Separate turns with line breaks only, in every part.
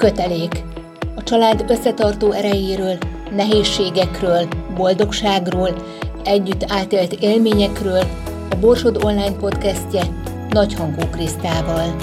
Kötelék. A család összetartó erejéről, nehézségekről, boldogságról, együtt átélt élményekről a Borsod Online podcastje Nagyhangú Krisztával.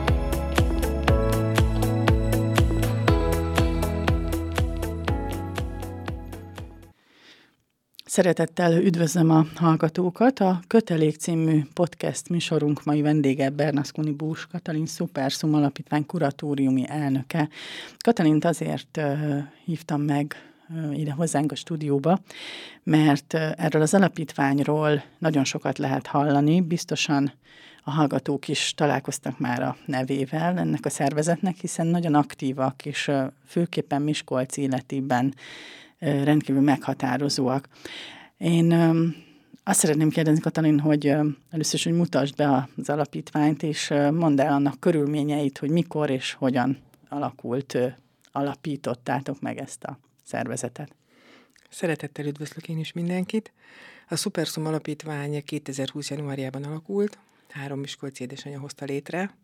Szeretettel üdvözlöm a hallgatókat. A Kötelék című podcast műsorunk mai vendége Bernaszkuni Bús Katalin Szuperszum Alapítvány kuratóriumi elnöke. Katalint azért hívtam meg ide hozzánk a stúdióba, mert erről az alapítványról nagyon sokat lehet hallani. Biztosan a hallgatók is találkoztak már a nevével ennek a szervezetnek, hiszen nagyon aktívak, és főképpen Miskolc életében rendkívül meghatározóak. Én azt szeretném kérdezni, Katalin, hogy először is, hogy mutasd be az alapítványt, és mondd el annak körülményeit, hogy mikor és hogyan alapítottátok meg ezt a szervezetet.
Szeretettel üdvözlök én is mindenkit. A Szuperszum Alapítvány 2020. januárjában alakult, 3 miskolci édesanyja hozta létre.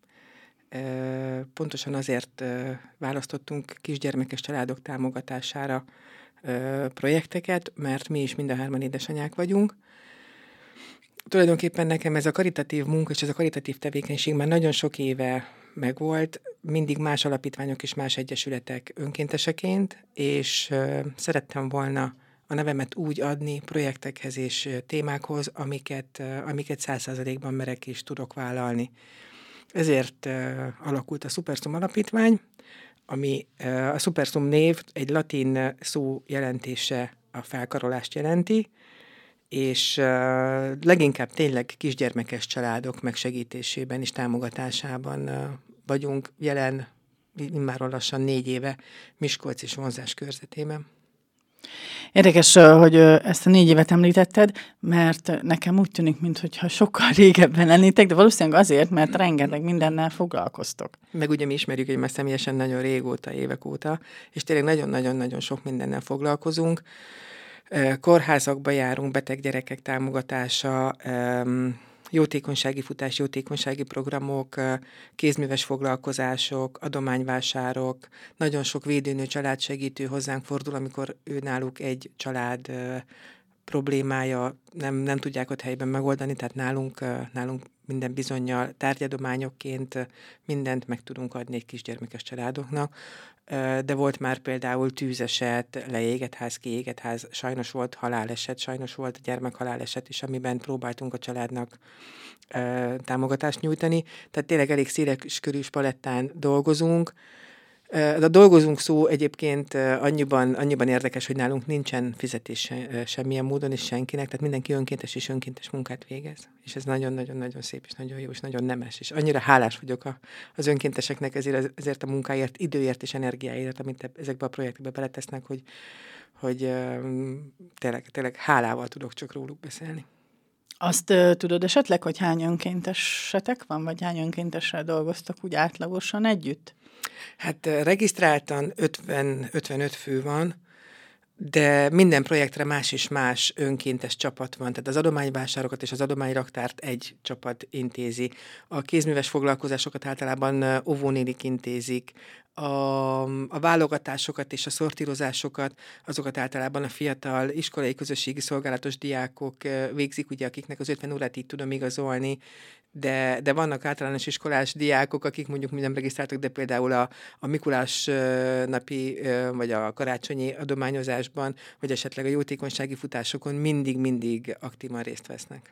Pontosan azért választottunk kisgyermekes családok támogatására projekteket, mert mi is mind a 3 édesanyák vagyunk. Tulajdonképpen nekem ez a karitatív munka és ez a karitatív tevékenység már nagyon sok éve megvolt, mindig más alapítványok és más egyesületek önkénteseként, és szerettem volna a nevemet úgy adni projektekhez és témákhoz, amiket 100%-ban merek és tudok vállalni. Ezért alakult a Szuperszum Alapítvány, ami a Szuperszum név egy latin szó jelentése a felkarolást jelenti, és leginkább tényleg kisgyermekes családok megsegítésében és támogatásában vagyunk jelen, immáron lassan 4 éve Miskolc és vonzás körzetében.
Érdekes, hogy ezt a 4 évet említetted, mert nekem úgy tűnik, mintha sokkal régebben lennétek, de valószínűleg azért, mert rengeteg mindennel foglalkoztok.
Meg ugye mi ismerjük egymást személyesen nagyon régóta, évek óta, és tényleg nagyon-nagyon-nagyon sok mindennel foglalkozunk. Kórházakba járunk, beteg gyerekek támogatása, jótékonysági futás, jótékonysági programok, kézműves foglalkozások, adományvásárok, nagyon sok védőnő, családsegítő hozzánk fordul, amikor ő náluk egy család problémája, nem tudják ott helyben megoldani, tehát nálunk minden bizonnyal tárgyadományokként mindent meg tudunk adni egy kisgyermekes családoknak, de volt már például tűzeset, leégett ház, kiégett ház, sajnos volt haláleset, sajnos volt gyermekhaláleset is, amiben próbáltunk a családnak támogatást nyújtani. Tehát tényleg elég széles körű palettán dolgozunk. A dolgozunk szó egyébként annyiban érdekes, hogy nálunk nincsen fizetés semmilyen módon és senkinek, tehát mindenki önkéntes és önkéntes munkát végez. És ez nagyon-nagyon-nagyon szép és nagyon jó és nagyon nemes. És annyira hálás vagyok az önkénteseknek ezért a munkáért, időért és energiáért, amit ezekbe a projektekbe beletesznek, hogy tényleg hálával tudok csak róluk beszélni.
Azt tudod esetleg, hogy hány önkéntesetek van, vagy hány önkéntessel dolgoztak úgy átlagosan együtt?
Hát regisztráltan 55 fő van, de minden projektre más és más önkéntes csapat van. Tehát az adományvásárokat és az adományraktárt egy csapat intézi. A kézműves foglalkozásokat általában óvónénik intézik. A válogatásokat és a szortírozásokat, azokat általában a fiatal iskolai közösségi szolgálatos diákok végzik, ugye, akiknek az 50 órát így tudom igazolni, de vannak általános iskolás diákok, akik mondjuk nem regisztráltak, de például a Mikulás napi, vagy a karácsonyi adományozásban, vagy esetleg a jótékonysági futásokon mindig aktívan részt vesznek.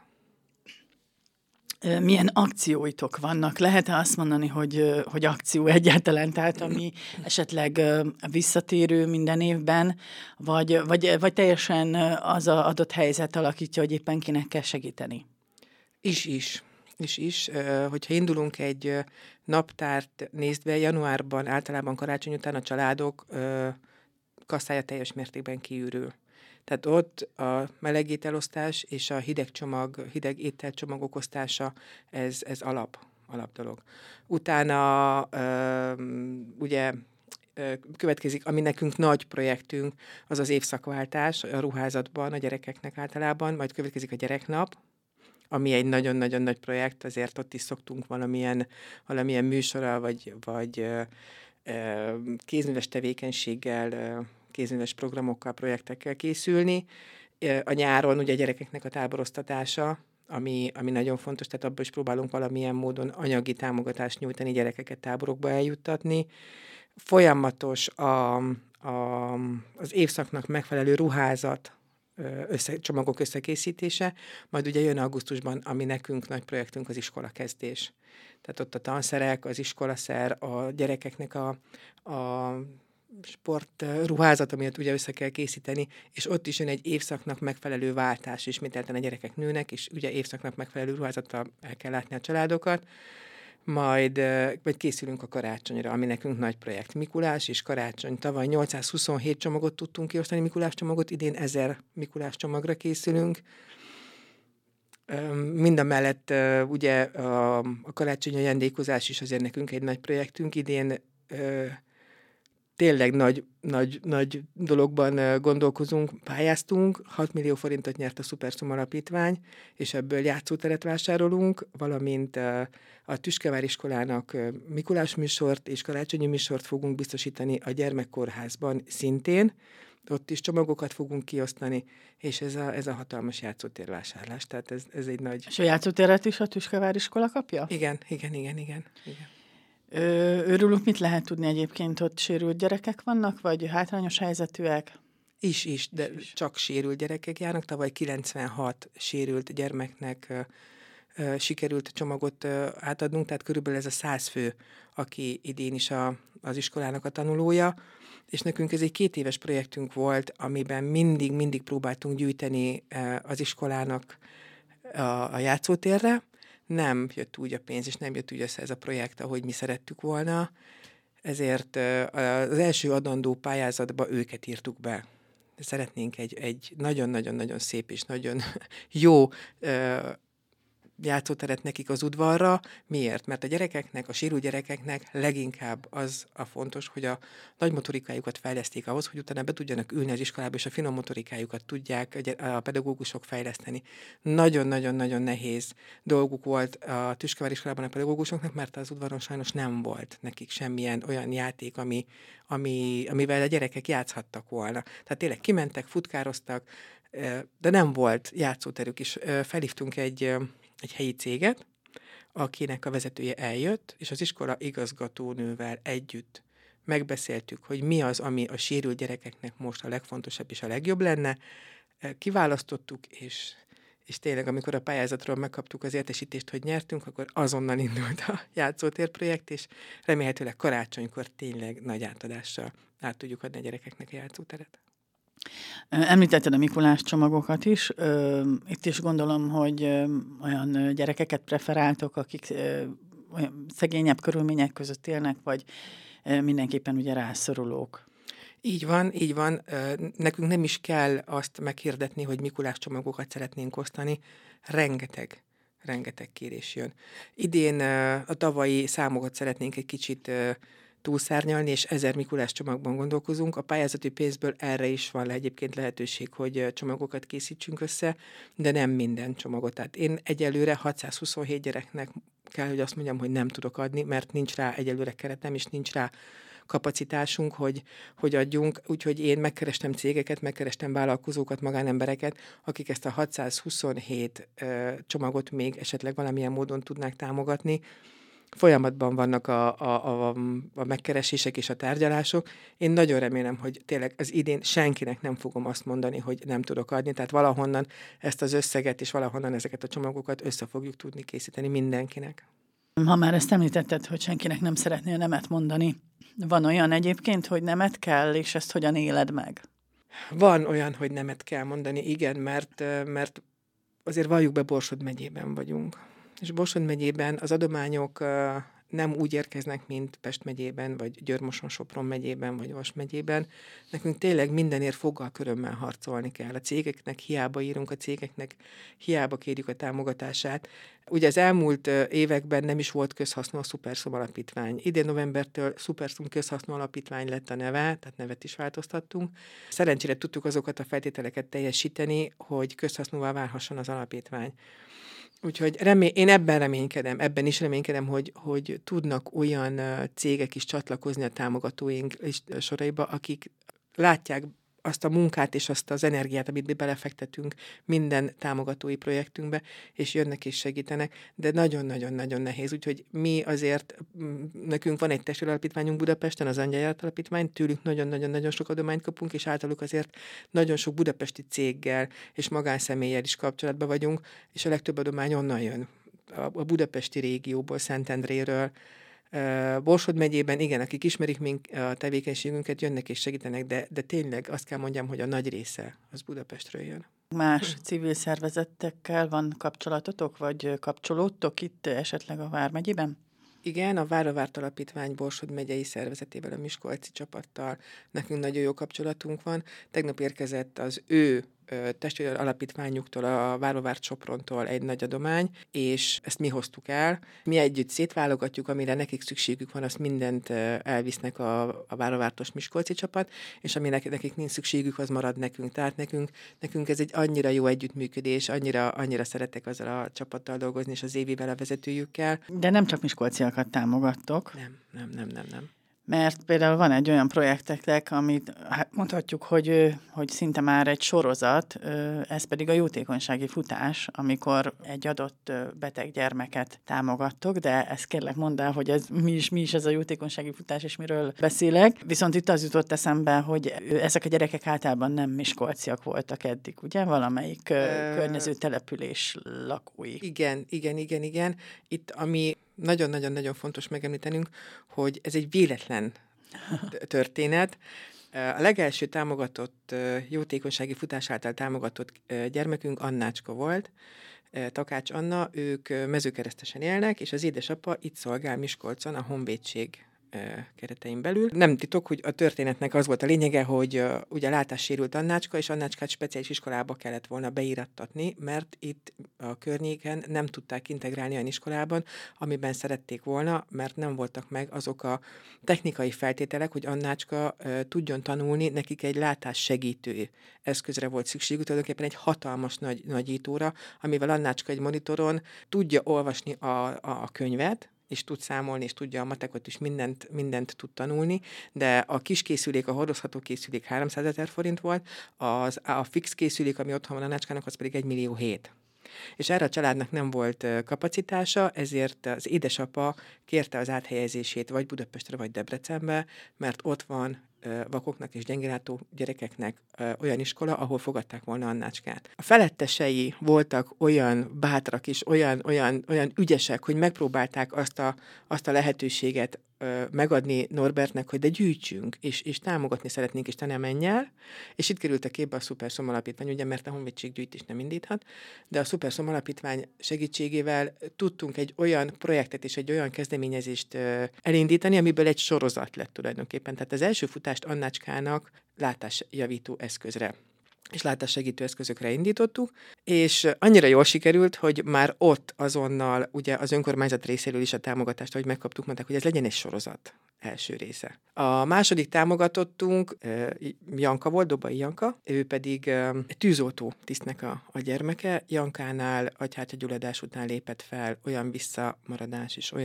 Milyen akcióitok vannak? Lehet-e azt mondani, hogy akció egyáltalán, tehát ami esetleg visszatérő minden évben, vagy teljesen az az adott helyzet alakítja, hogy éppen kinek kell segíteni?
Is. Hogyha indulunk egy naptárt nézve, januárban általában karácsony után a családok kasszája teljes mértékben kiürül. Tehát ott a meleg ételosztás és a hideg ételcsomagok osztása, ez alap dolog. Utána ugye következik, ami nekünk nagy projektünk, az az évszakváltás a ruházatban, a gyerekeknek általában, majd következik a gyereknap, ami egy nagyon-nagyon nagy projekt, azért ott is szoktunk valamilyen műsorral, vagy kézműves tevékenységgel, kézműves programokkal, projektekkel készülni. A nyáron ugye a gyerekeknek a táboroztatása, ami nagyon fontos, tehát abban is próbálunk valamilyen módon anyagi támogatást nyújtani, gyerekeket táborokba eljuttatni. Folyamatos az évszaknak megfelelő ruházat, csomagok összekészítése, majd ugye jön augusztusban, ami nekünk nagy projektünk, az iskolakezdés. Tehát ott a tanszerek, az iskolaszer, a gyerekeknek a sportruházat, amit ugye össze kell készíteni, és ott is jön egy évszaknak megfelelő váltás, ismételten a gyerekek nőnek, és ugye évszaknak megfelelő ruházattal el kell látni a családokat, majd készülünk a karácsonyra, ami nekünk nagy projekt. Mikulás és karácsony. Tavaly 827 csomagot tudtunk kiosztani, Mikulás csomagot, idén 1000 Mikulás csomagra készülünk. Mindamellett ugye a karácsonyi ajándékozás is azért nekünk egy nagy projektünk. Idén tényleg nagy dologban gondolkozunk, pályáztunk, 6 millió forintot nyert a Superszum Alapítvány, és ebből játszóteret vásárolunk, valamint a Tüskevár iskolának Mikulás műsort és karácsonyi műsort fogunk biztosítani a gyermekkórházban szintén, ott is csomagokat fogunk kiosztani, és ez a hatalmas játszótérvásárlás, tehát ez egy nagy...
És a játszótéret is a Tüskevár iskola kapja?
Igen.
Őrülünk mit lehet tudni egyébként, ott sérült gyerekek vannak, vagy hátrányos helyzetűek?
De csak sérült gyerekek járnak. Tavaly 96 sérült gyermeknek sikerült csomagot átadnunk, tehát körülbelül ez a 100 fő, aki idén is az iskolának a tanulója, és nekünk ez egy 2 éves projektünk volt, amiben mindig próbáltunk gyűjteni az iskolának a játszótérre. Nem jött úgy a pénz, és nem jött úgy össze ez a projekt, ahogy mi szerettük volna, ezért az első adandó pályázatba őket írtuk be. Szeretnénk egy nagyon-nagyon-nagyon szép és nagyon jó játszóteret nekik az udvarra. Miért? Mert a gyerekeknek, a sérült gyerekeknek leginkább az a fontos, hogy a nagy motorikájukat fejleszték ahhoz, hogy utána be tudjanak ülni az iskolába, és a finom motorikájukat tudják a pedagógusok fejleszteni. Nagyon-nagyon-nagyon nehéz dolguk volt a Tüskevár iskolában a pedagógusoknak, mert az udvaron sajnos nem volt nekik semmilyen olyan játék, amivel a gyerekek játszhattak volna. Tehát tényleg kimentek, futkároztak, de nem volt játszóterük is. Felhívtunk egy helyi céget, akinek a vezetője eljött, és az iskola igazgatónővel együtt megbeszéltük, hogy mi az, ami a sérült gyerekeknek most a legfontosabb és a legjobb lenne. Kiválasztottuk, és tényleg, amikor a pályázatról megkaptuk az értesítést, hogy nyertünk, akkor azonnal indult a játszótérprojekt, és remélhetőleg karácsonykor tényleg nagy átadással át tudjuk adni a gyerekeknek a játszóteret.
Említetted a Mikulás csomagokat is. Itt is gondolom, hogy olyan gyerekeket preferáltok, akik olyan szegényebb körülmények között élnek, vagy mindenképpen ugye rászorulók.
Így van. Nekünk nem is kell azt meghirdetni, hogy Mikulás csomagokat szeretnénk osztani. Rengeteg kérés jön. Idén a tavalyi számokat szeretnénk egy kicsit túlszárnyalni, és 1000 Mikulás csomagban gondolkozunk. A pályázati pénzből erre is van egyébként lehetőség, hogy csomagokat készítsünk össze, de nem minden csomagot. Tehát én egyelőre 627 gyereknek kell, hogy azt mondjam, hogy nem tudok adni, mert nincs rá egyelőre keretem, és nincs rá kapacitásunk, hogy adjunk. Úgyhogy én megkerestem cégeket, megkerestem vállalkozókat, magánembereket, akik ezt a 627 csomagot még esetleg valamilyen módon tudnák támogatni. Folyamatban vannak a megkeresések és a tárgyalások. Én nagyon remélem, hogy tényleg az idén senkinek nem fogom azt mondani, hogy nem tudok adni, tehát valahonnan ezt az összeget és valahonnan ezeket a csomagokat össze fogjuk tudni készíteni mindenkinek.
Ha már ezt említetted, hogy senkinek nem szeretnél nemet mondani, van olyan egyébként, hogy nemet kell, és ezt hogyan éled meg?
Van olyan, hogy nemet kell mondani, igen, mert azért valljuk be, Borsod megyében vagyunk. És Borsod megyében az adományok nem úgy érkeznek, mint Pest megyében, vagy Győr-Moson-Sopron megyében, vagy Vas megyében. Nekünk tényleg mindenért foggal körömmel harcolni kell. A cégeknek hiába írunk, a cégeknek hiába kérjük a támogatását. Ugye az elmúlt években nem is volt közhasznú a Superszum Alapítvány. Idén novembertől Superszum Közhasznú Alapítvány lett a neve, tehát nevet is változtattunk. Szerencsére tudtuk azokat a feltételeket teljesíteni, hogy közhasznúvá válhasson az alapítvány. Úgyhogy én ebben is reménykedem, hogy tudnak olyan cégek is csatlakozni a támogatóink soraiba, akik látják azt a munkát és azt az energiát, amit mi belefektetünk minden támogatói projektünkbe, és jönnek és segítenek, de nagyon-nagyon-nagyon nehéz. Úgyhogy mi azért, nekünk van egy testvéralapítványunk Budapesten, az Angyaljárat Alapítvány, tőlük nagyon-nagyon-nagyon sok adományt kapunk, és általuk azért nagyon sok budapesti céggel és magánszemélyel is kapcsolatban vagyunk, és a legtöbb adomány onnan jön. A budapesti régióból, Szentendréről, Borsod megyében, igen, akik ismerik a tevékenységünket, jönnek és segítenek, de tényleg azt kell mondjam, hogy a nagy része az Budapestről jön.
Más civil szervezetekkel van kapcsolatotok, vagy kapcsolódtok itt esetleg a Vármegyében?
Igen, a Váravárt Alapítvány Borsod megyei szervezetével, a miskolci csapattal nekünk nagyon jó kapcsolatunk van. Tegnap érkezett az ő testvér alapítványuktól, a Váravárt Soprontól egy nagy adomány, és ezt mi hoztuk el. Mi együtt szétválogatjuk, amire nekik szükségük van, azt mindent elvisznek a Váravártos miskolci csapat, és amire nekik nincs szükségük, az marad nekünk. Tehát nekünk ez egy annyira jó együttműködés, annyira szeretek azzal a csapattal dolgozni, és az Évivel, a vezetőjükkel.
De nem csak miskolciakat támogattok.
Nem.
Mert például van egy olyan projekteknek, amit mondhatjuk, hogy szinte már egy sorozat, ez pedig a jótékonysági futás, amikor egy adott beteg gyermeket támogattok, de ezt kérlek mondd el, hogy mi is ez a jótékonysági futás, és miről beszélek. Viszont itt az jutott eszembe, hogy ezek a gyerekek általában nem miskolciak voltak eddig, ugye? Valamelyik környező település lakói.
Igen. Itt ami nagyon-nagyon-nagyon fontos megemlítenünk, hogy ez egy véletlen történet. A legelső támogatott, jótékonysági futás által támogatott gyermekünk Annácska volt, Takács Anna, ők Mezőkeresztesen élnek, és az édesapa itt szolgál Miskolcon a honvédség keretein belül. Nem titok, hogy a történetnek az volt a lényege, hogy ugye látássérült Annácska, és Annácskát speciális iskolába kellett volna beírattatni, mert itt a környéken nem tudták integrálni olyan iskolában, amiben szerették volna, mert nem voltak meg azok a technikai feltételek, hogy Annácska tudjon tanulni, nekik egy látássegítő eszközre volt szükségük, tulajdonképpen egy hatalmas nagy nagyítóra, amivel Annácska egy monitoron tudja olvasni a könyvet, és tud számolni, és tudja a matekot is, mindent tud tanulni, de a kis készülék, a hordozható készülék 300 000 forint volt, a fix készülék, ami otthon van a Annácskának, az pedig 1,7 millió. És erre a családnak nem volt kapacitása, ezért az édesapa kérte az áthelyezését vagy Budapestre, vagy Debrecenbe, mert ott van vakoknak és gyengélátó gyerekeknek olyan iskola, ahol fogadták volna Annácskát. A felettesei voltak olyan bátrak és olyan ügyesek, hogy megpróbálták azt a lehetőséget megadni Norbertnek, hogy de gyűjtsünk, és támogatni szeretnénk, és te nem menj el. És itt került a képbe a Szuperszom Alapítvány, ugye, mert a honvédség gyűjtést nem indíthat, de a Szuperszom Alapítvány segítségével tudtunk egy olyan projektet és egy olyan kezdeményezést elindítani, amiből egy sorozat lett tulajdonképpen. Tehát az első futást Annácskának látásjavító eszközre és látássegítő eszközökre indítottuk, és annyira jól sikerült, hogy már ott azonnal ugye az önkormányzat részéről is a támogatást, ahogy megkaptuk, mondták, hogy ez legyen egy sorozat első része. A második támogatottunk Janka volt, Dobai Janka, ő pedig egy tűzoltó tisztnek a gyermeke. Jankánál agyhártyagyulladás után lépett fel olyan visszamaradás és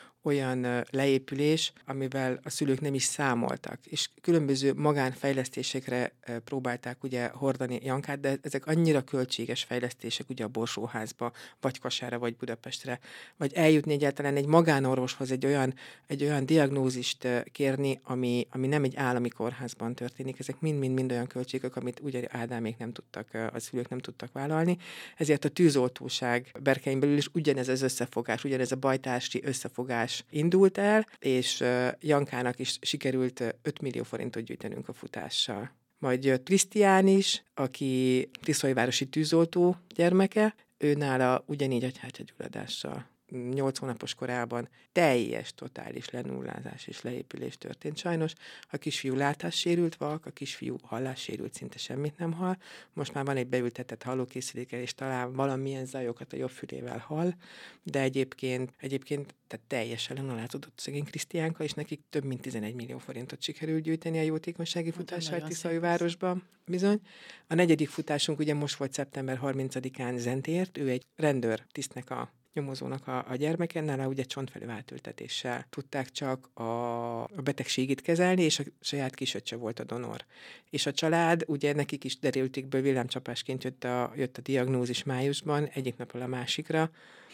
olyan leépülés, amivel a szülők nem is számoltak, és különböző magánfejlesztésekre próbálták ugye hordani Jankát, de ezek annyira költséges fejlesztések ugye a Borsóházba, vagy Kasára, vagy Budapestre, vagy eljutni egyáltalán egy magánorvoshoz, egy olyan diagnózist kérni, ami nem egy állami kórházban történik. Ezek mind olyan költségek, amit ugye Ádámék nem tudtak, a szülők nem tudtak vállalni. Ezért a tűzoltóság berkein belül is ugyanez az összefogás, ugyanez a bajtársi összefogás indult el, és Jankának is sikerült 5 millió forintot gyűjtenünk a futással. Majd jött Krisztián is, aki tiszolyvárosi tűzoltó gyermeke, ő nála ugyanígy agyhártyagyulladással 8 hónapos korában teljes, totális lenullázás és leépülés történt sajnos. A kisfiú látássérült vak, a kisfiú hallássérült, szinte semmit nem hall. Most már van egy beültetett hallókészüléke, és talán valamilyen zajokat a jobb fülével hall, de egyébként tehát teljesen lenullázódott szegény Krisztiánka, és nekik több mint 11 millió forintot sikerült gyűjteni a jótékonysági futással Tiszaújvárosban. Bizony. A 4. futásunk ugye most volt szeptember 30-án Zentért, ő egy rendőrtisztnek a nyomozónak a gyermeke, nála ugye csontvelő átültetéssel tudták csak a betegségét kezelni, és a saját kisöccse volt a donor. És a család, ugye nekik is derültékből villámcsapásként jött a diagnózis májusban, egyik napról a másikra,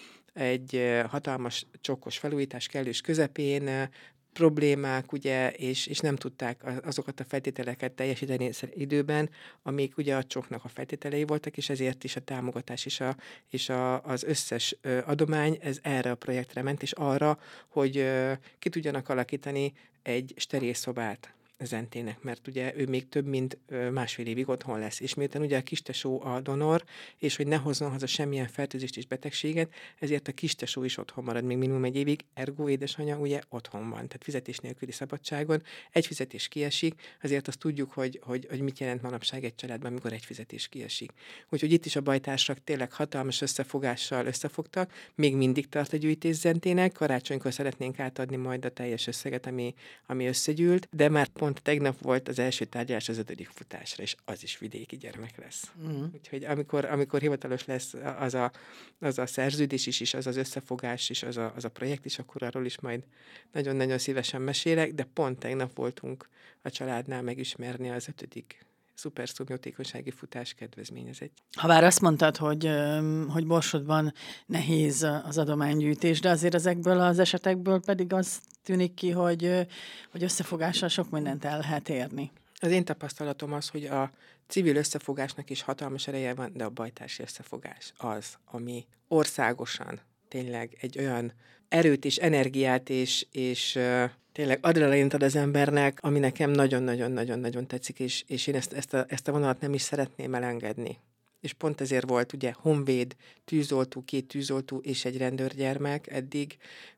egy hatalmas csokkos felújítás kellős közepén, problémák, ugye, és nem tudták azokat a feltételeket teljesíteni időben, amik ugye a csoknak a feltételei voltak, és ezért is a támogatás és az összes adomány ez erre a projektre ment, és arra, hogy ki tudjanak alakítani egy steril szobát Zentének, mert ugye ő még több mint 1,5 évig otthon lesz. És miután ugye a kistesó a donor, és hogy ne hozzon haza semmilyen fertőzést és betegséget, ezért a kistesó is otthon marad még minimum 1 évig, ergo édesanyja ugye otthon van, tehát fizetés nélküli szabadságon. Egy fizetés kiesik, azért azt tudjuk, hogy mit jelent manapság egy családban, amikor egy fizetés kiesik. Úgyhogy itt is a bajtársak tényleg hatalmas összefogással összefogtak, még mindig tart a gyűjtés Zentének, karácsonykor szeretnénk átadni majd a teljes összeget, ami összegyűlt, de már pont tegnap volt az első tárgyalás az 5. futásra, és az is vidéki gyermek lesz. Úgyhogy amikor hivatalos lesz az a szerződés is, az összefogás is, az a projekt is, akkor arról is majd nagyon-nagyon szívesen mesélek, de pont tegnap voltunk a családnál megismerni az 5. Szuperszum jótékonysági futás kedvezményezett.
Ha bár azt mondtad, hogy Borsodban nehéz az adománygyűjtés, de azért ezekből az esetekből pedig az tűnik ki, hogy összefogással sok mindent el lehet érni.
Az én tapasztalatom az, hogy a civil összefogásnak is hatalmas ereje van, de a bajtársi összefogás az, ami országosan tényleg egy olyan erőt és energiát és tényleg adrenalint ad az embernek, ami nekem nagyon-nagyon-nagyon-nagyon tetszik, és én ezt a vonalat nem is szeretném elengedni. És pont ezért volt ugye honvéd, tűzoltó, 2 tűzoltó és egy rendőrgyermek eddig,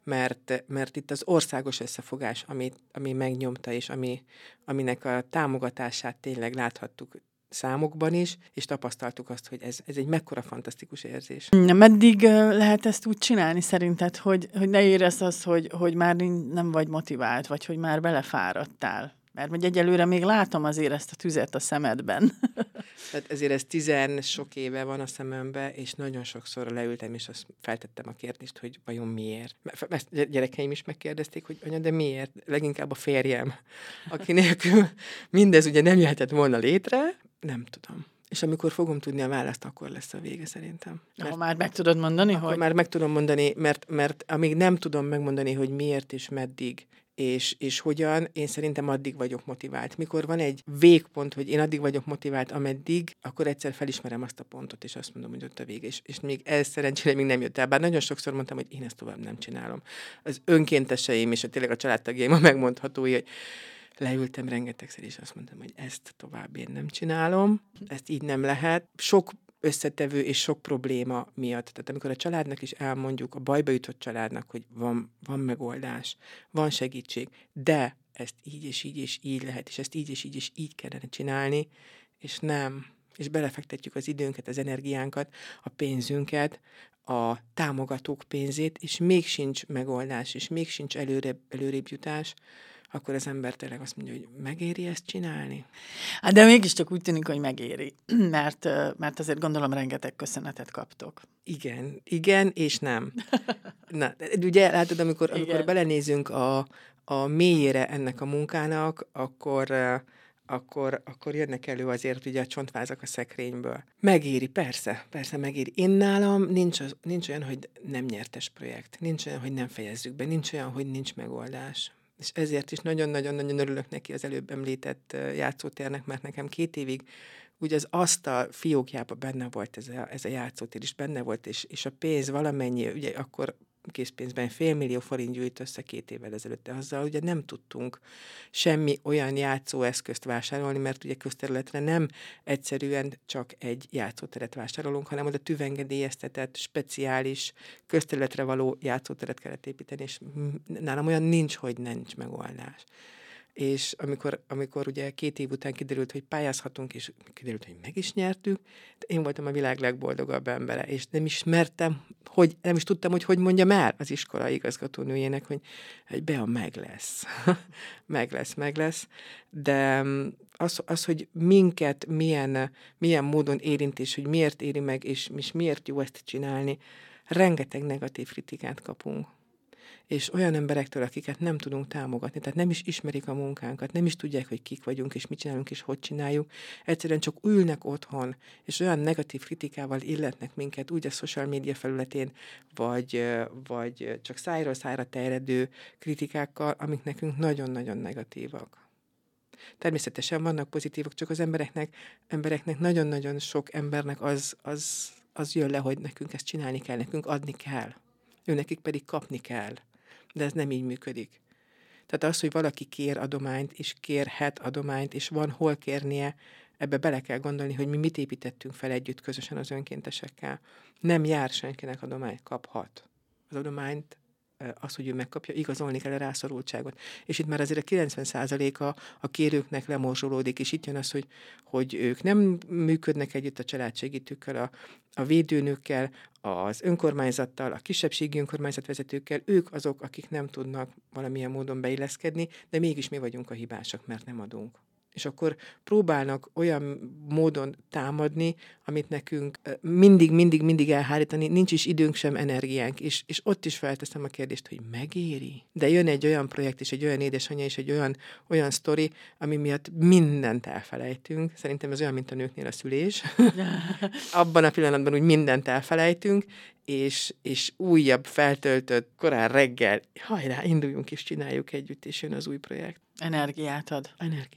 mert itt az országos összefogás, ami megnyomta, és aminek a támogatását tényleg láthattuk számokban is, és tapasztaltuk azt, hogy ez egy mekkora fantasztikus érzés.
Meddig lehet ezt úgy csinálni szerinted, hogy ne érezd azt, hogy már nem vagy motivált, vagy hogy már belefáradtál? Mert egyelőre még látom azért ezt a tüzet a szemedben.
Tehát ezért ez 10 sok éve van a szemembe, és nagyon sokszor leültem, és azt feltettem a kérdést, hogy vajon miért. Ezt gyerekeim is megkérdezték, hogy anya, de miért? Leginkább a férjem, aki nélkül mindez ugye nem jöhetett volna létre, nem tudom. És amikor fogom tudni a választ, akkor lesz a vége szerintem.
Ha már meg tudod mondani,
akkor már meg tudom mondani, mert amíg nem tudom megmondani, hogy miért és meddig, és hogyan, én szerintem addig vagyok motivált. Mikor van egy végpont, hogy én addig vagyok motivált, ameddig, akkor egyszer felismerem azt a pontot, és azt mondom, hogy ott a vége. És még ez szerencsére még nem jött el. Bár nagyon sokszor mondtam, hogy én ezt tovább nem csinálom. Az önkénteseim és tényleg a családtagjaim a megmondhatói, hogy leültem rengetegszer, és azt mondtam, hogy ezt tovább én nem csinálom, ezt így nem lehet. Sok összetevő és sok probléma miatt. Tehát amikor a családnak is elmondjuk, a bajba jutott családnak, hogy van megoldás, van segítség, de ezt így és így és így lehet, és ezt így és így és így kellene csinálni, és nem. És belefektetjük az időnket, az energiánkat, a pénzünket, a támogatók pénzét, és még sincs megoldás, és még sincs előrébb jutás, akkor az ember tényleg azt mondja, hogy megéri ezt csinálni?
Hát de mégiscsak úgy tűnik, hogy megéri, mert azért gondolom rengeteg köszönetet kaptok.
Igen, és nem. Na, ugye látod, amikor belenézünk a mélyére ennek a munkának, akkor jönnek elő azért ugye a csontvázak a szekrényből. Megéri, persze megéri. Én nálam nincs olyan, hogy nem nyertes projekt, nincs olyan, hogy nem fejezzük be, nincs olyan, hogy nincs megoldás. És ezért is nagyon-nagyon-nagyon örülök neki az előbb említett játszótérnek, mert nekem 2 évig úgy az asztal fiókjában benne volt ez a játszótér is, benne volt, és a pénz valamennyi, ugye akkor készpénzben 500 000 forint gyűjt össze 2 évvel ezelőtt. Azzal ugye nem tudtunk semmi olyan játszóeszközt vásárolni, mert ugye közterületre nem egyszerűen csak egy játszóteret vásárolunk, hanem oda tűvengedélyeztetett, speciális közterületre való játszóteret kellett építeni, és nálam olyan nincs, hogy nincs megoldás. És amikor ugye 2 év után kiderült, hogy pályázhatunk, és kiderült, hogy meg is nyertük, én voltam a világ legboldogabb embere, és nem is tudtam, hogy mondjam el az iskola igazgatónőjének, hogy Bea, meg lesz. meg lesz. De az, hogy minket milyen módon érint, és hogy miért éri meg, és miért jó ezt csinálni, rengeteg negatív kritikát kapunk. És olyan emberektől, akiket nem tudunk támogatni, tehát nem is ismerik a munkánkat, nem is tudják, hogy kik vagyunk, és mit csinálunk, és hogy csináljuk. Egyszerűen csak ülnek otthon, és olyan negatív kritikával illetnek minket, úgy a social média felületén, vagy csak szájról szájra terjedő kritikákkal, amik nekünk nagyon-nagyon negatívak. Természetesen vannak pozitívak, csak az embereknek nagyon-nagyon sok embernek az jön le, hogy nekünk ezt csinálni kell, nekünk adni kell. Nekik pedig kapni kell. De ez nem így működik. Tehát az, hogy valaki kér adományt, és kérhet adományt, és van hol kérnie, ebbe bele kell gondolni, hogy mi mit építettünk fel együtt közösen az önkéntesekkel. Nem jár senkinek adományt, kaphat. Az adományt, az, hogy ő megkapja, igazolni kell a rászorultságot. És itt már azért a 90%-a a kérőknek lemorzsolódik, és itt jön az, hogy ők nem működnek együtt a családsegítőkkel, a védőnőkkel, az önkormányzattal, a kisebbségi önkormányzatvezetőkkel, ők azok, akik nem tudnak valamilyen módon beilleszkedni, de mégis mi vagyunk a hibásak, mert nem adunk. És akkor próbálnak olyan módon támadni, amit nekünk mindig elhárítani, nincs is időnk sem, energiánk, és ott is felteszem a kérdést, hogy megéri? De jön egy olyan projekt, és egy olyan édesanyja, és egy olyan sztori, ami miatt mindent elfelejtünk. Szerintem ez olyan, mint a nőknél a szülés. Abban a pillanatban úgy mindent elfelejtünk, és újabb, feltöltött, korán reggel, hajrá, induljunk és csináljuk együtt, és jön az új projekt.
Energiát ad,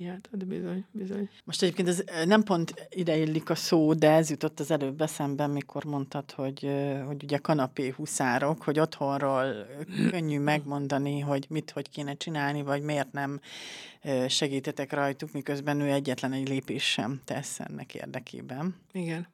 bizony.
Most egyébként ez nem pont ide illik a szó, de ez jutott az előbb eszembe, mikor mondtad, hogy ugye kanapé huszárok, hogy otthonról könnyű megmondani, hogy hogy kéne csinálni, vagy miért nem segítetek rajtuk, miközben ő egyetlen egy lépés sem tesz ennek érdekében.
Igen.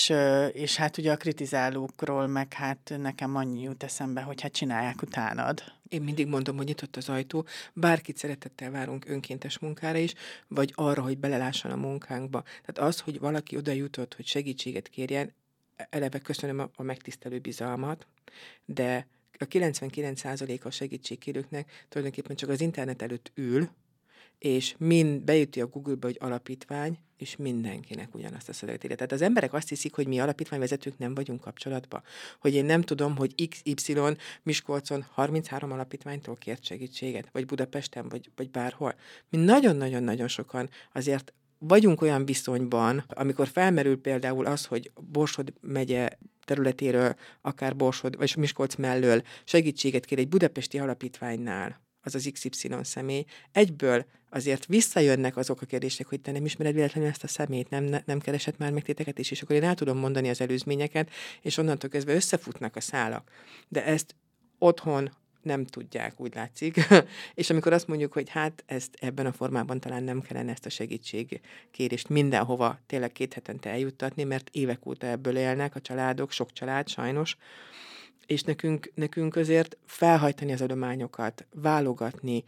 És hát ugye a kritizálókról meg hát nekem annyi jut eszembe, hogy hát csinálják utánad.
Én mindig mondom, hogy nyitott az ajtó, bárkit szeretettel várunk önkéntes munkára is, vagy arra, hogy belelásson a munkánkba. Tehát az, hogy valaki oda jutott, hogy segítséget kérjen, eleve köszönöm a megtisztelő bizalmat, de a 99%-a segítségkérőknek tulajdonképpen csak az internet előtt ül, és beüti a Google-ba, hogy alapítvány, és mindenkinek ugyanazt a szöveget írja. Tehát az emberek azt hiszik, hogy mi alapítványvezetők nem vagyunk kapcsolatban. Hogy én nem tudom, hogy XY Miskolcon 33 alapítványtól kért segítséget, vagy Budapesten, vagy bárhol. Mi nagyon-nagyon-nagyon sokan azért vagyunk olyan viszonyban, amikor felmerül például az, hogy Borsod megye területéről, akár Borsod, vagy Miskolc mellől segítséget kér egy budapesti alapítványnál, az az XY személy, egyből azért visszajönnek azok a kérdések, hogy te nem ismered véletlenül ezt a személyt, nem keresett már meg titeket is, és akkor én el tudom mondani az előzményeket, és onnantól kezdve összefutnak a szálak. De ezt otthon nem tudják, úgy látszik. És amikor azt mondjuk, hogy hát ezt ebben a formában talán nem kellene ezt a segítségkérést mindenhova tényleg 2 hetente eljuttatni, mert évek óta ebből élnek a családok, sok család sajnos, és nekünk azért felhajtani az adományokat, válogatni,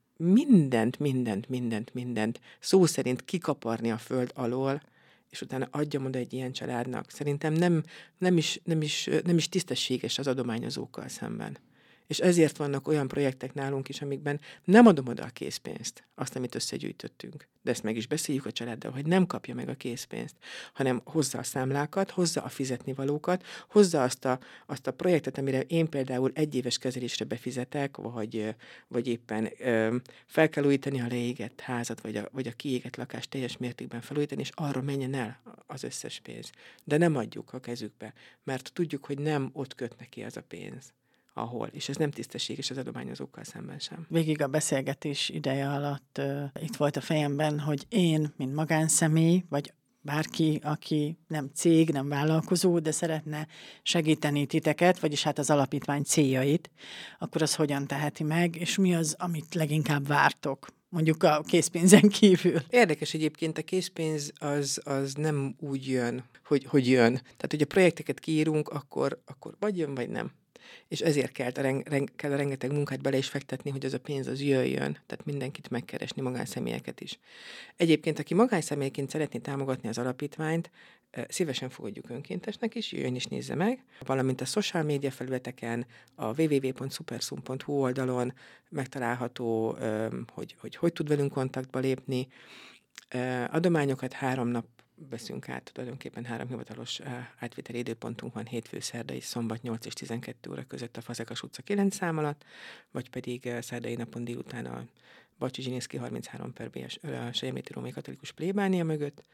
mindent, szó szerint kikaparni a föld alól, és utána adjam oda egy ilyen családnak. Szerintem nem is tisztességes az adományozókkal szemben. És ezért vannak olyan projektek nálunk is, amikben nem adom oda a készpénzt, azt, amit összegyűjtöttünk. De ezt meg is beszéljük a családdal, hogy nem kapja meg a készpénzt, hanem hozza a számlákat, hozza a fizetnivalókat, hozza azt a projektet, amire én például 1 éves kezelésre befizetek, vagy éppen fel kell újítani a leégett házat, vagy a kiégett lakást teljes mértékben felújítani, és arra menjen el az összes pénz. De nem adjuk a kezükbe, mert tudjuk, hogy nem ott köt neki az a pénz, ahol, és ez nem tisztességes az adományozókkal szemben sem.
Végig a beszélgetés ideje alatt itt volt a fejemben, hogy én, mint magánszemély, vagy bárki, aki nem cég, nem vállalkozó, de szeretne segíteni titeket, vagyis hát az alapítvány céljait, akkor az hogyan teheti meg, és mi az, amit leginkább vártok? Mondjuk a készpénzen kívül.
Érdekes egyébként, a készpénz az nem úgy jön, hogy jön. Tehát, hogy a projekteket kiírunk, akkor vagy jön, vagy nem. És ezért kell a rengeteg munkát bele is fektetni, hogy az a pénz az jöjjön. Tehát mindenkit megkeresni, magánszemélyeket is. Egyébként, aki magánszemélyként szeretné támogatni az alapítványt, szívesen fogadjuk önkéntesnek is, jöjjön is nézze meg, valamint a social média felületeken, a www.supersum.hu oldalon megtalálható, hogy tud velünk kontaktba lépni. Adományokat 3 nap veszünk át, tulajdonképpen 3 hivatalos átviteli időpontunk van, hétfő, szerda és szombat 8 és 12 óra között a Fazekas utca 9 szám alatt, vagy pedig szerdai napon délután a Bacsi Zsinyszky 33 per B a Selyemléti Római Katolikus plébánia mögött.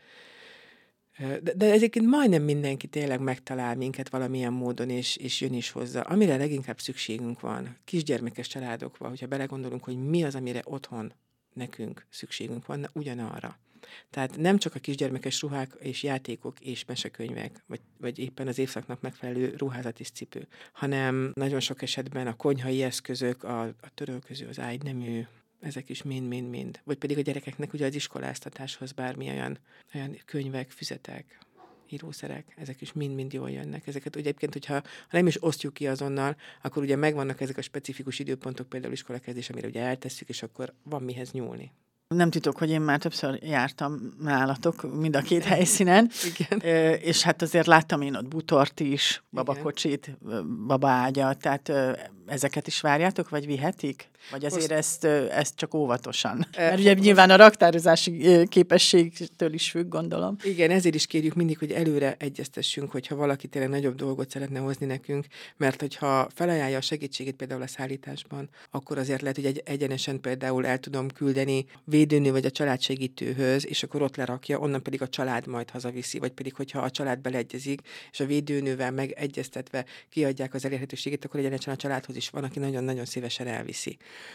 De egyébként majdnem mindenki tényleg megtalál minket valamilyen módon, és jön is hozzá. Amire leginkább szükségünk van, kisgyermekes családokban, hogyha belegondolunk, hogy mi az, amire otthon nekünk szükségünk van, ugyanarra. Tehát nem csak a kisgyermekes ruhák és játékok és mesekönyvek, vagy éppen az évszaknak megfelelő ruházat és cipő, hanem nagyon sok esetben a konyhai eszközök, a törölköző, az ágynemű, ezek is mind. Vagy pedig a gyerekeknek ugye az iskoláztatáshoz bármi olyan könyvek, füzetek, írószerek, ezek is mind jól jönnek. Ezeket ugye egyébként, hogyha nem is osztjuk ki azonnal, akkor ugye megvannak ezek a specifikus időpontok, például iskolakezdés, amire ugye eltesszük, és akkor van mihez nyúlni.
Nem titok, hogy én már többször jártam nálatok mind a 2 helyszínen,
Igen.
És hát azért láttam én ott butort is, babakocsit, babaágyat, tehát ezeket is várjátok, vagy vihetik? Vagy azért ezt csak óvatosan? Mert ugye nyilván a raktározási képességtől is függ, gondolom.
Igen, ezért is kérjük mindig, hogy előre egyeztessünk, hogyha valaki tényleg nagyobb dolgot szeretne hozni nekünk, mert hogyha felajánlja a segítségét például a szállításban, akkor azért lehet, hogy egyenesen például el tudom küldeni védőnő vagy a családsegítőhöz, és akkor ott lerakja, onnan pedig a család majd hazaviszi, vagy pedig, hogyha a család beleegyezik, és a védőnővel megegyeztetve kiadják az elérhetőségét, akkor egyenesen a családhoz is van, aki nagyon-nagyon szívesen elviszi.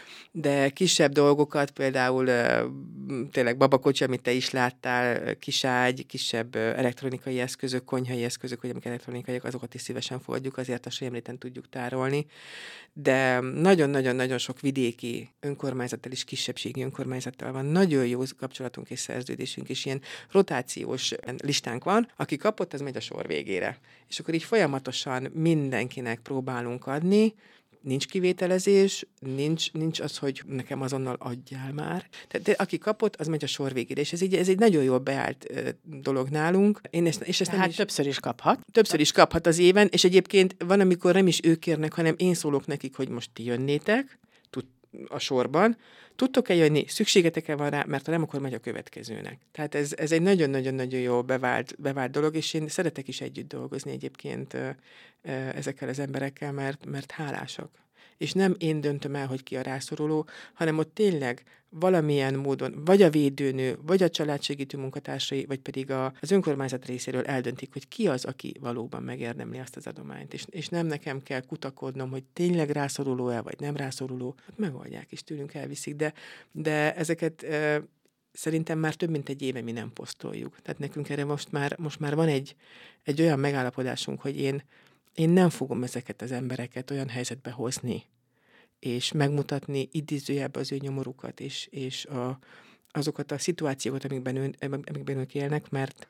De kisebb dolgokat, például tényleg babakocsi, amit te is láttál, kiságy, kisebb elektronikai eszközök, konyhai eszközök, vagy amik elektronikaiak, azokat is szívesen fogadjuk, azért a Selyemléten tudjuk tárolni. De nagyon-nagyon-nagyon sok vidéki önkormányzattal és kisebbségi önkormányzattal van nagyon jó kapcsolatunk és szerződésünk, és ilyen rotációs listánk van, aki kapott, az megy a sor végére. És akkor így folyamatosan mindenkinek próbálunk adni, nincs kivételezés, nincs az, hogy nekem azonnal adjál már. Tehát aki kapott, az megy a sor végére, és ez egy nagyon jól beállt dolog nálunk.
Tehát többször is kaphat.
Többször is kaphat az éven, és egyébként van, amikor nem is ők kérnek, hanem én szólok nekik, hogy most ti jönnétek a sorban, tudtok-e jönni, szükségetek-e van rá, mert ha nem, akkor megy a következőnek. Tehát ez egy nagyon-nagyon-nagyon jó bevált dolog, és én szeretek is együtt dolgozni egyébként ezekkel az emberekkel, mert hálásak. És nem én döntöm el, hogy ki a rászoruló, hanem ott tényleg valamilyen módon, vagy a védőnő, vagy a családsegítő munkatársai, vagy pedig az önkormányzat részéről eldöntik, hogy ki az, aki valóban megérdemli azt az adományt. És nem nekem kell kutakodnom, hogy tényleg rászoruló-e, vagy nem rászoruló. Megoldják és tőlünk elviszik, de ezeket szerintem már több mint 1 éve mi nem posztoljuk. Tehát nekünk erre most már van egy olyan megállapodásunk, hogy én nem fogom ezeket az embereket olyan helyzetbe hozni, és megmutatni idézőjelben az ő nyomorukat, és azokat a szituációkat, amikben ők élnek,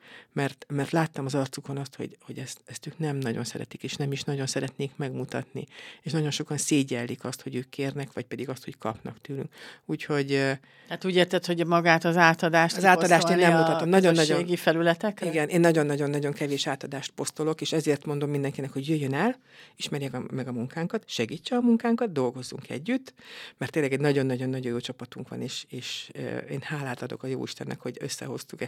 mert láttam az arcukon azt, hogy ezt ők nem nagyon szeretik, és nem is nagyon szeretnék megmutatni. És nagyon sokan szégyellik azt, hogy ők kérnek, vagy pedig azt, hogy kapnak tőlünk. Úgyhogy...
Hát úgy érted, hogy magát az átadást
én nem mutatom.
Nagyon-nagyon felületekre?
Igen, én nagyon-nagyon kevés átadást posztolok, és ezért mondom mindenkinek, hogy jöjjön el, ismerje meg a munkánkat, segítse a munkánkat, dolgozzunk együtt, mert tényleg egy nagyon-nagyon jó csapatunk van, és én hálát adok a Jóistennek, hogy összehoztuk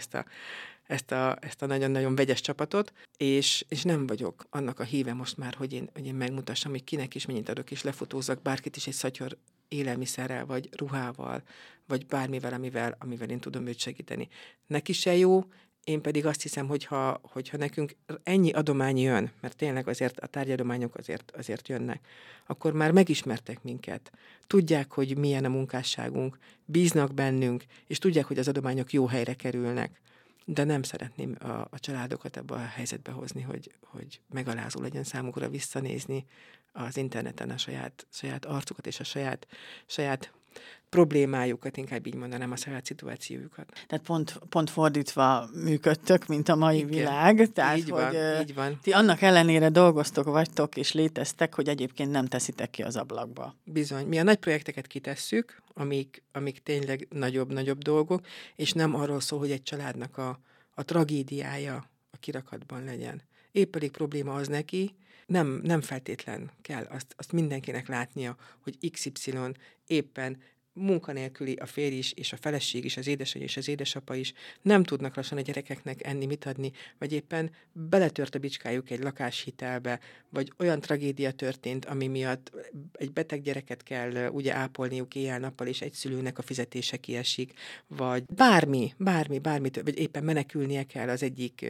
ezt a nagyon-nagyon vegyes csapatot, és nem vagyok annak a híve most már, hogy én megmutassam, hogy kinek is mennyit adok, és lefotózzak bárkit is egy szatyor élelmiszerrel, vagy ruhával, vagy bármivel, amivel én tudom őt segíteni. Neki se jó, én pedig azt hiszem, hogyha nekünk ennyi adomány jön, mert tényleg azért a tárgyadományok azért jönnek, akkor már megismertek minket, tudják, hogy milyen a munkásságunk, bíznak bennünk, és tudják, hogy az adományok jó helyre kerülnek. de nem szeretném a családokat ebbe a helyzetbe hozni, hogy megalázó legyen számukra visszanézni az interneten a saját arcukat és a saját problémájukat, inkább így mondanám, a saját szituációjukat.
Tehát pont fordítva működtök, mint a mai világ. Tehát,
így van.
Ti annak ellenére dolgoztok, vagytok és léteztek, hogy egyébként nem teszitek ki az ablakba.
Bizony. Mi a nagy projekteket kitesszük, amik tényleg nagyobb dolgok, és nem arról szól, hogy egy családnak a tragédiája a kirakatban legyen. Épp elég probléma az neki, nem feltétlen kell azt mindenkinek látnia, hogy XY éppen munkanélküli, a férj is, és a feleség is, az édesanyja és az édesapa is nem tudnak lassan a gyerekeknek enni, mit adni, vagy éppen beletört a bicskájuk egy lakáshitelbe, vagy olyan tragédia történt, ami miatt egy beteg gyereket kell ugye ápolniuk éjjel-nappal, és egy szülőnek a fizetése kiesik, vagy bármi, vagy éppen menekülnie kell az egyik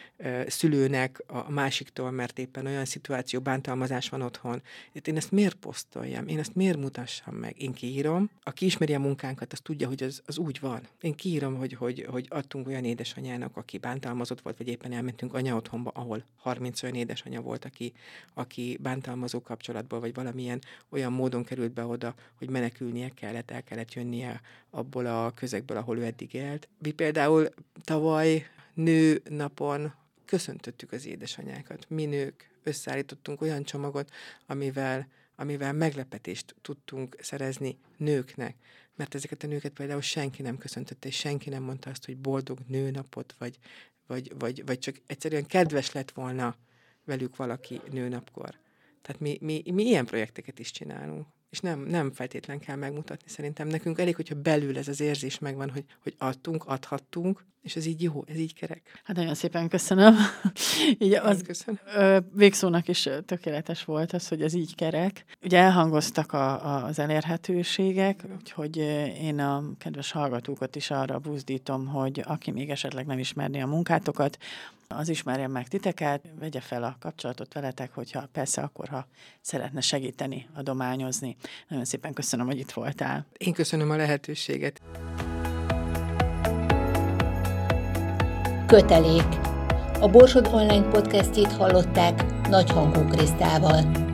szülőnek a másiktól, mert éppen olyan szituáció, bántalmazás van otthon. Én ezt miért posztoljam? Én ezt miért mutassam meg? Én kiírom. Aki ismeri a munkánkat, az tudja, hogy az úgy van. Én kiírom, hogy adtunk olyan édesanyának, aki bántalmazott volt, vagy éppen elmentünk anyaotthonba, ahol 30 olyan édesanyja volt, aki bántalmazó kapcsolatból, vagy valamilyen olyan módon került be oda, hogy menekülnie kellett, el kellett jönnie abból a közegből, ahol ő eddig élt. Mi például tavaly nőnapon köszöntöttük az édesanyákat. Mi nők összeállítottunk olyan csomagot, amivel meglepetést tudtunk szerezni nőknek, mert ezeket a nőket például senki nem köszöntötte, és senki nem mondta azt, hogy boldog nőnapot, vagy csak egyszerűen kedves lett volna velük valaki nőnapkor. Tehát mi ilyen projekteket is csinálunk, és nem feltétlen kell megmutatni. Szerintem nekünk elég, hogyha belül ez az érzés megvan, hogy adhattunk, és ez így jó, ez így kerek.
Hát nagyon szépen köszönöm. Így
köszönöm.
Végszónak is tökéletes volt az, hogy ez így kerek. Ugye elhangoztak az elérhetőségek, úgyhogy én a kedves hallgatókat is arra buzdítom, hogy aki még esetleg nem ismerné a munkátokat, az ismerjen meg titeket, vegye fel a kapcsolatot veletek, hogyha persze akkor, ha szeretne segíteni, adományozni. Nagyon szépen köszönöm, hogy itt voltál.
Én köszönöm a lehetőséget.
Kötelék. A Borsod Online podcastjét hallották Nagyhangú Krisztával.